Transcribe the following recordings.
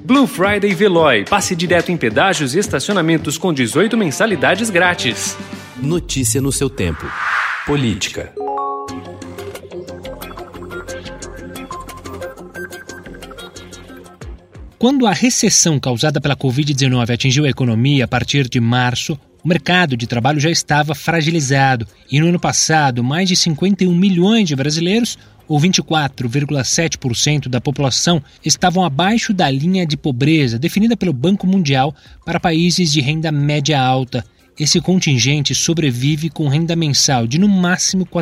Blue Friday Veloy. Passe direto em pedágios e estacionamentos com 18 mensalidades grátis. Notícia no seu tempo. Política. Quando a recessão causada pela Covid-19 atingiu a economia a partir de março, o mercado de trabalho já estava fragilizado e no ano passado, mais de 51 milhões de brasileiros, ou 24,7% da população, estavam abaixo da linha de pobreza definida pelo Banco Mundial para países de renda média alta. Esse contingente sobrevive com renda mensal de no máximo R$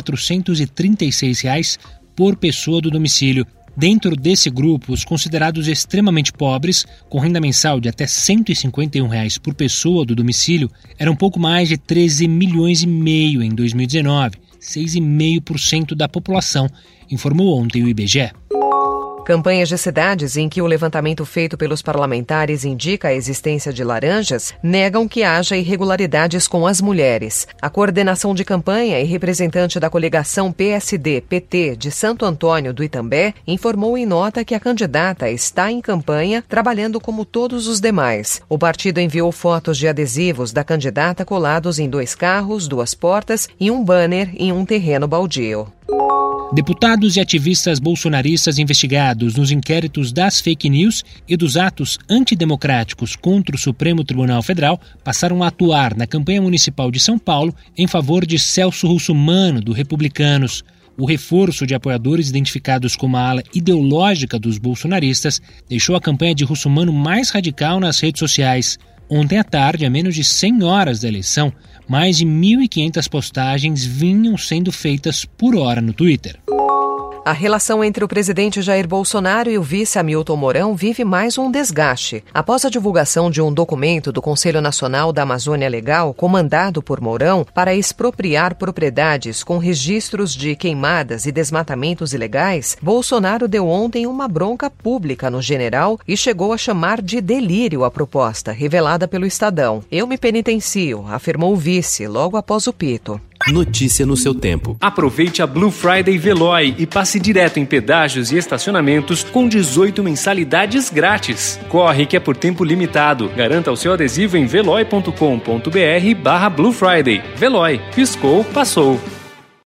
436 por pessoa do domicílio. Dentro desse grupo, os considerados extremamente pobres, com renda mensal de até R$ 151 por pessoa do domicílio, eram pouco mais de 13 milhões e meio em 2019, 6,5% da população, informou ontem o IBGE. Campanhas de cidades em que o levantamento feito pelos parlamentares indica a existência de laranjas negam que haja irregularidades com as mulheres. A coordenação de campanha e representante da coligação PSD-PT de Santo Antônio do Itambé informou em nota que a candidata está em campanha trabalhando como todos os demais. O partido enviou fotos de adesivos da candidata colados em 2 carros, 2 portas e um banner em um terreno baldio. Deputados e ativistas bolsonaristas investigados nos inquéritos das fake news e dos atos antidemocráticos contra o Supremo Tribunal Federal passaram a atuar na campanha municipal de São Paulo em favor de Celso Russomano, do Republicanos. O reforço de apoiadores identificados como a ala ideológica dos bolsonaristas deixou a campanha de Russomano mais radical nas redes sociais. Ontem à tarde, a menos de 100 horas da eleição, mais de 1.500 postagens vinham sendo feitas por hora no Twitter. A relação entre o presidente Jair Bolsonaro e o vice Hamilton Mourão vive mais um desgaste. Após a divulgação de um documento do Conselho Nacional da Amazônia Legal, comandado por Mourão, para expropriar propriedades com registros de queimadas e desmatamentos ilegais, Bolsonaro deu ontem uma bronca pública no general e chegou a chamar de delírio a proposta, revelada pelo Estadão. Eu me penitencio, afirmou o vice, logo após o pito. Notícia no seu tempo. Aproveite a Blue Friday Veloy e passe direto em pedágios e estacionamentos com 18 mensalidades grátis. Corre que é por tempo limitado. Garanta o seu adesivo em veloy.com.br/Blue Friday. Veloy. Piscou, passou.